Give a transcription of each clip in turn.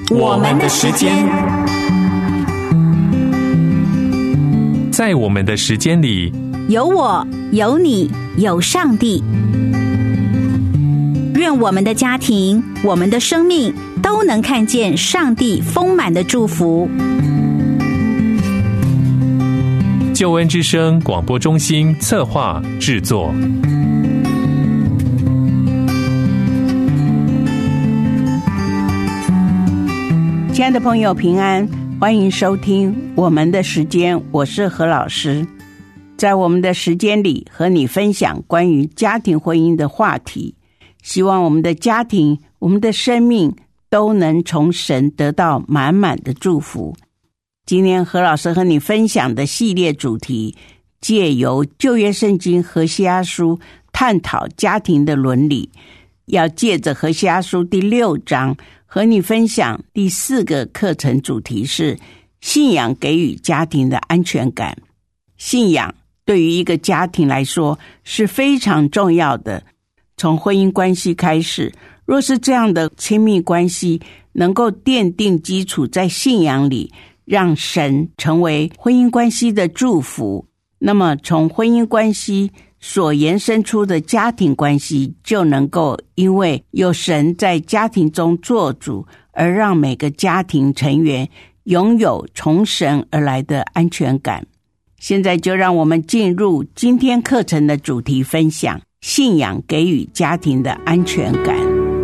我们的时间。 在我们的时间里， 有我，有你，有上帝。愿我们的家庭，我们的生命都能看见上帝丰满的祝福。 救恩之声广播中心策划制作。 亲爱的朋友平安，欢迎收听我们的时间，我是何老师。在我们的时间里和你分享关于家庭婚姻的话题，希望我们的家庭，我们的生命都能从神得到满满的祝福。今天何老师和你分享的系列主题，借由旧约圣经何西阿书探讨家庭的伦理，要借着何西阿书第6章和你分享第4个课程主题是信仰给予家庭的安全感。信仰对于一个家庭来说是非常重要的，从婚姻关系开始，若是这样的亲密关系能够奠定基础在信仰里，让神成为婚姻关系的祝福，那么从婚姻关系所延伸出的家庭关系就能够因为有神在家庭中做主，而让每个家庭成员拥有从神而来的安全感。现在就让我们进入今天课程的主题分享，信仰给予家庭的安全感。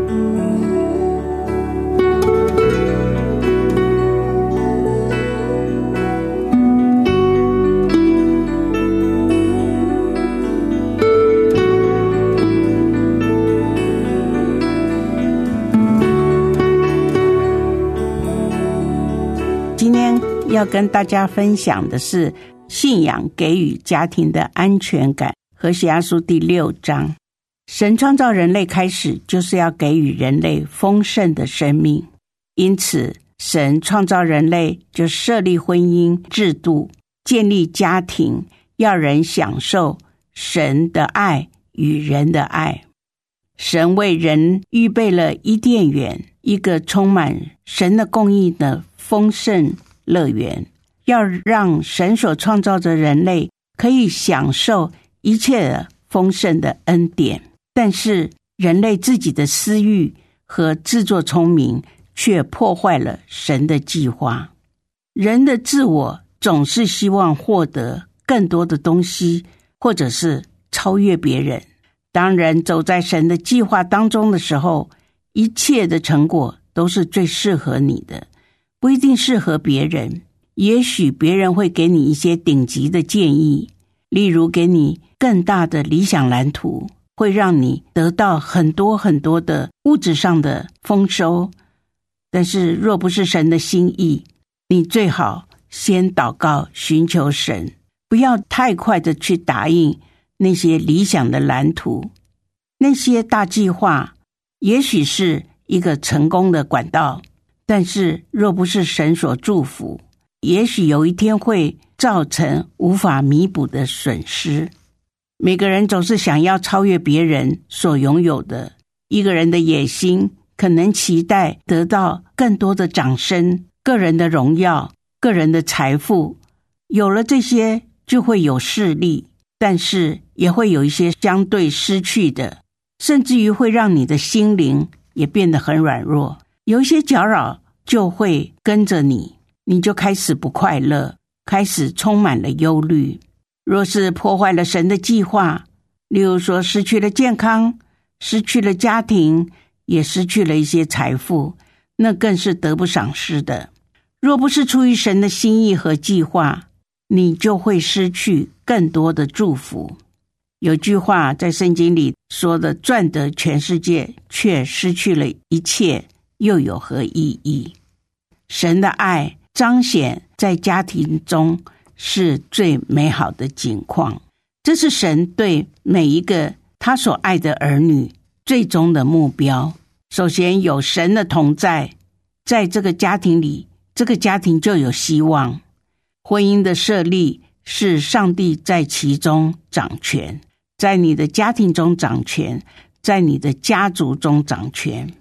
今天要跟大家分享的是信仰给予家庭的安全感。何西阿书第6章，神创造人类开始就是要给予人类丰盛的生命，因此神创造人类就设立婚姻制度，建立家庭，要人享受神的爱与人的爱。神为人预备了伊甸园，一个充满神的供应的丰盛乐园，要让神所创造的人类可以享受一切的丰盛的恩典。但是人类自己的私欲和自作聪明却破坏了神的计划。人的自我总是希望获得更多的东西，或者是超越别人。当人走在神的计划当中的时候，一切的成果都是最适合你的，不一定适合别人。也许别人会给你一些顶级的建议，例如给你更大的理想蓝图，会让你得到很多很多的物质上的丰收。但是若不是神的心意，你最好先祷告寻求神，不要太快的去答应那些理想的蓝图。那些大计划也许是一个成功的管道，但是若不是神所祝福，也许有一天会造成无法弥补的损失。每个人总是想要超越别人所拥有的，一个人的野心可能期待得到更多的掌声、个人的荣耀、个人的财富。有了这些就会有势力，但是也会有一些相对失去的，甚至于会让你的心灵也变得很软弱。有一些搅扰就会跟着你，你就开始不快乐，开始充满了忧虑。若是破坏了神的计划，例如说失去了健康，失去了家庭，也失去了一些财富，那更是得不偿失的。若不是出于神的心意和计划，你就会失去更多的祝福。有句话在圣经里说的，赚得全世界却失去了一切，又有何意义？神的爱彰显在家庭中是最美好的景况，这是神对每一个他所爱的儿女最终的目标。首先有神的同在，在这个家庭里，这个家庭就有希望。婚姻的设立是上帝在其中掌权，在你的家庭中掌权，在你的家族中掌权。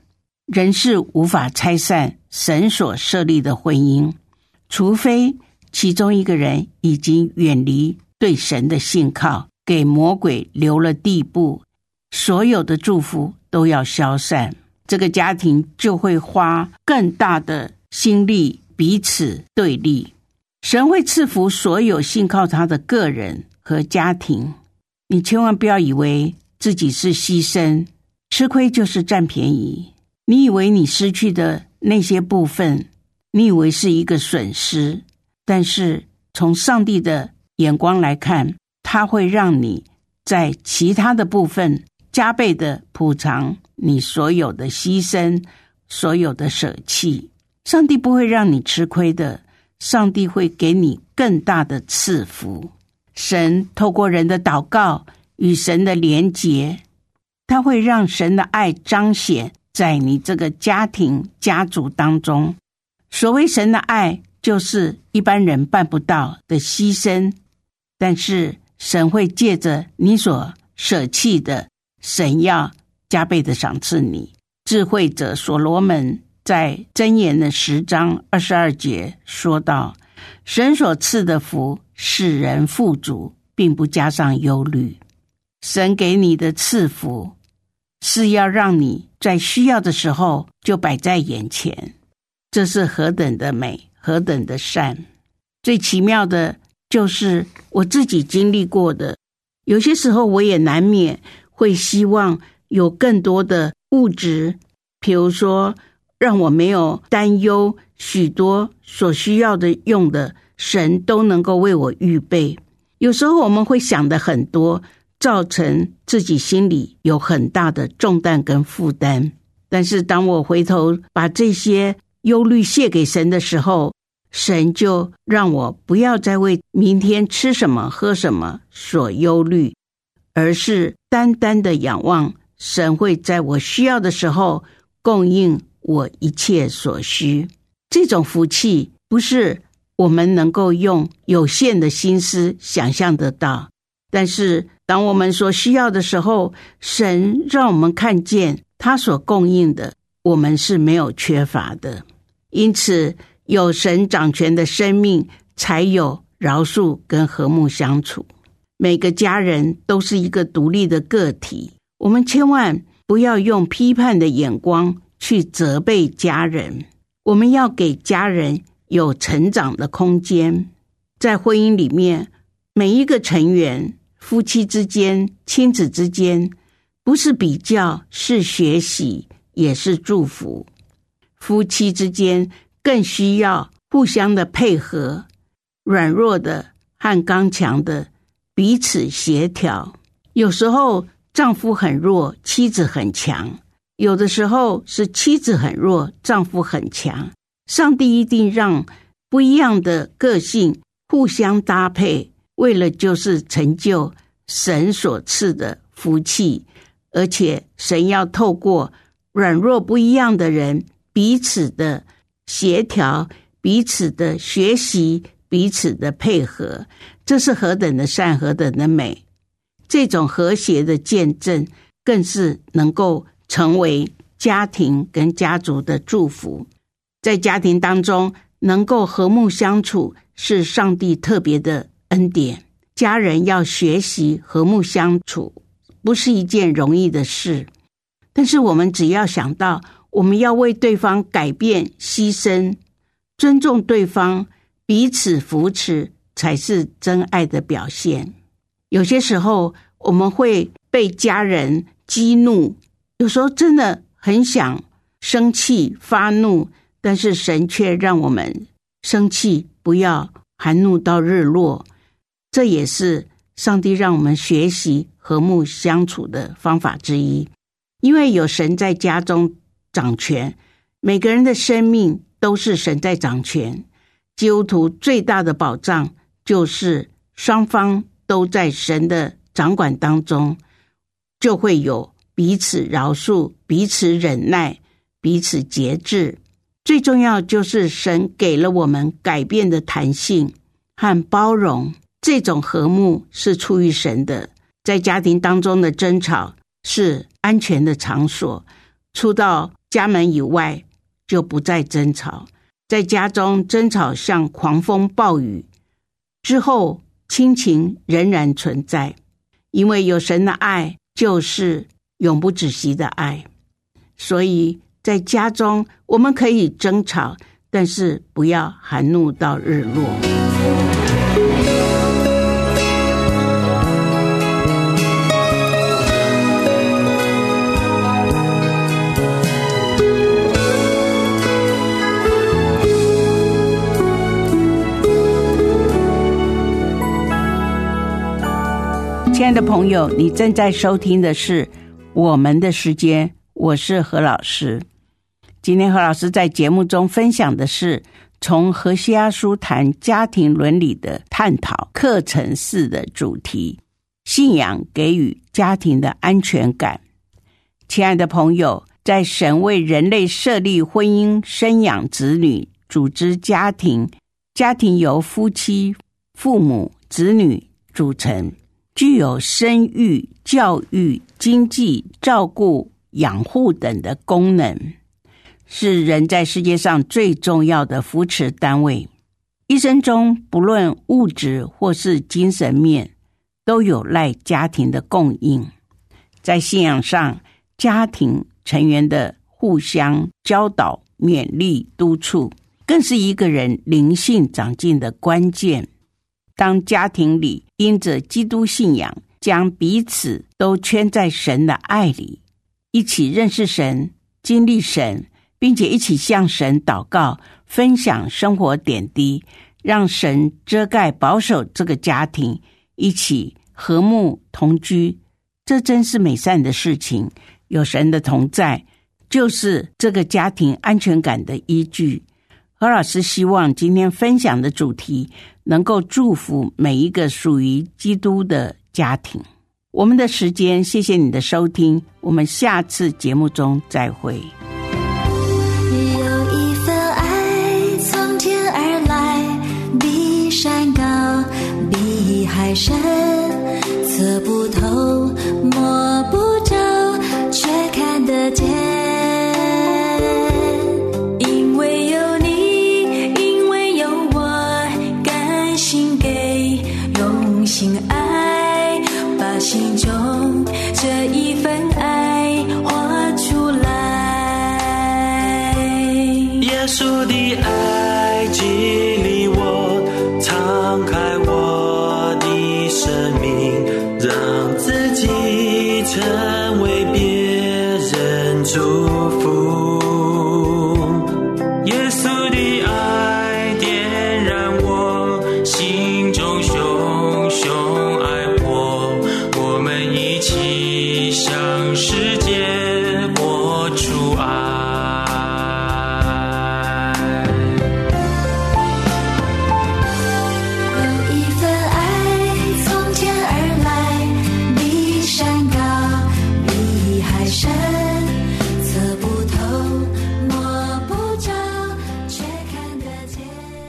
人是无法拆散神所设立的婚姻，除非其中一个人已经远离对神的信靠，给魔鬼留了地步，所有的祝福都要消散，这个家庭就会花更大的心力彼此对立。神会赐福所有信靠他的个人和家庭，你千万不要以为自己是牺牲，吃亏就是占便宜。你以为你失去的那些部分，你以为是一个损失，但是从上帝的眼光来看，他会让你在其他的部分加倍的补偿你所有的牺牲，所有的舍弃。上帝不会让你吃亏的，上帝会给你更大的赐福。神透过人的祷告与神的连结，他会让神的爱彰显在你这个家庭家族当中。所谓神的爱，就是一般人办不到的牺牲，但是神会借着你所舍弃的，神要加倍的赏赐你。智慧者所罗门在箴言的10章22节说道，神所赐的福使人富足，并不加上忧虑。神给你的赐福是要让你在需要的时候就摆在眼前，这是何等的美，何等的善。最奇妙的就是我自己经历过的，有些时候我也难免会希望有更多的物质，比如说让我没有担忧，许多所需要的用的神都能够为我预备。有时候我们会想的很多，造成自己心里有很大的重担跟负担。但是当我回头把这些忧虑卸给神的时候，神就让我不要再为明天吃什么喝什么所忧虑，而是单单的仰望神会在我需要的时候供应我一切所需。这种福气不是我们能够用有限的心思想象得到，但是当我们所需要的时候，神让我们看见他所供应的，我们是没有缺乏的。因此有神掌权的生命，才有饶恕跟和睦相处。每个家人都是一个独立的个体，我们千万不要用批判的眼光去责备家人，我们要给家人有成长的空间。在婚姻里面，每一个成员，夫妻之间，亲子之间，不是比较，是学习，也是祝福。夫妻之间更需要互相的配合，软弱的和刚强的彼此协调。有时候丈夫很弱，妻子很强，有的时候是妻子很弱，丈夫很强。上帝一定让不一样的个性互相搭配，为了就是成就神所赐的福气。而且神要透过软弱不一样的人彼此的协调，彼此的学习，彼此的配合，这是何等的善，何等的美。这种和谐的见证更是能够成为家庭跟家族的祝福。在家庭当中能够和睦相处，是上帝特别的恩典。家人要学习和睦相处，不是一件容易的事，但是我们只要想到我们要为对方改变牺牲，尊重对方，彼此扶持，才是真爱的表现。有些时候我们会被家人激怒，有时候真的很想生气发怒，但是神却让我们生气不要含怒到日落。这也是上帝让我们学习和睦相处的方法之一。因为有神在家中掌权，每个人的生命都是神在掌权。基督徒最大的保障就是双方都在神的掌管当中，就会有彼此饶恕，彼此忍耐，彼此节制。最重要就是神给了我们改变的弹性和包容，这种和睦是出于神的。在家庭当中的争吵是安全的场所，出到家门以外就不再争吵，在家中争吵像狂风暴雨，之后亲情仍然存在，因为有神的爱就是永不止息的爱。所以在家中我们可以争吵，但是不要含怒到日落。亲爱的朋友，你正在收听的是我们的时间，我是何老师。今天何老师在节目中分享的是从何西阿书谈家庭伦理的探讨课程4的主题，信仰给予家庭的安全感。亲爱的朋友，在神为人类设立婚姻、生养子女、组织家庭，家庭由夫妻、父母、子女组成，具有生育、教育、经济、照顾、养护等的功能，是人在世界上最重要的扶持单位。一生中不论物质或是精神面，都有赖家庭的供应。在信仰上，家庭成员的互相教导、勉励、督促，更是一个人灵性长进的关键。当家庭里因着基督信仰，将彼此都圈在神的爱里，一起认识神、经历神，并且一起向神祷告，分享生活点滴，让神遮盖保守这个家庭，一起和睦同居，这真是美善的事情。有神的同在，就是这个家庭安全感的依据。何老师希望今天分享的主题能够祝福每一个属于基督的家庭。我们的时间，谢谢你的收听，我们下次节目中再会。 有一份爱从天而来，比山高，比海深，测不透，摸不着，却看得见。因为有你，因为有我，甘心给，用心爱，把心中这一份爱活出来。 耶稣的爱激励我，敞开我的生命，让自己成为别人祝福。耶稣的爱点燃我心中熊熊爱火，我们一起向世界播出爱。 有一份爱从天而来，比山高，比海深，测不透，摸不着，却看得见。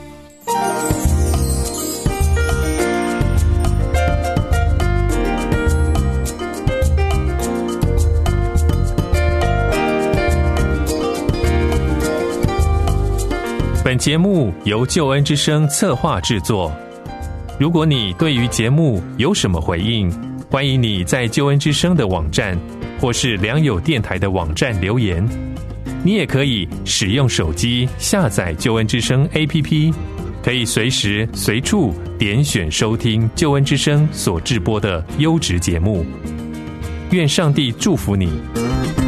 本节目由救恩之声策划制作。如果你对于节目有什么回应，欢迎你在救恩之声的网站或是良友电台的网站留言。你也可以使用手机下载救恩之声 APP， 可以随时随处点选收听救恩之声所制播的优质节目。愿上帝祝福你。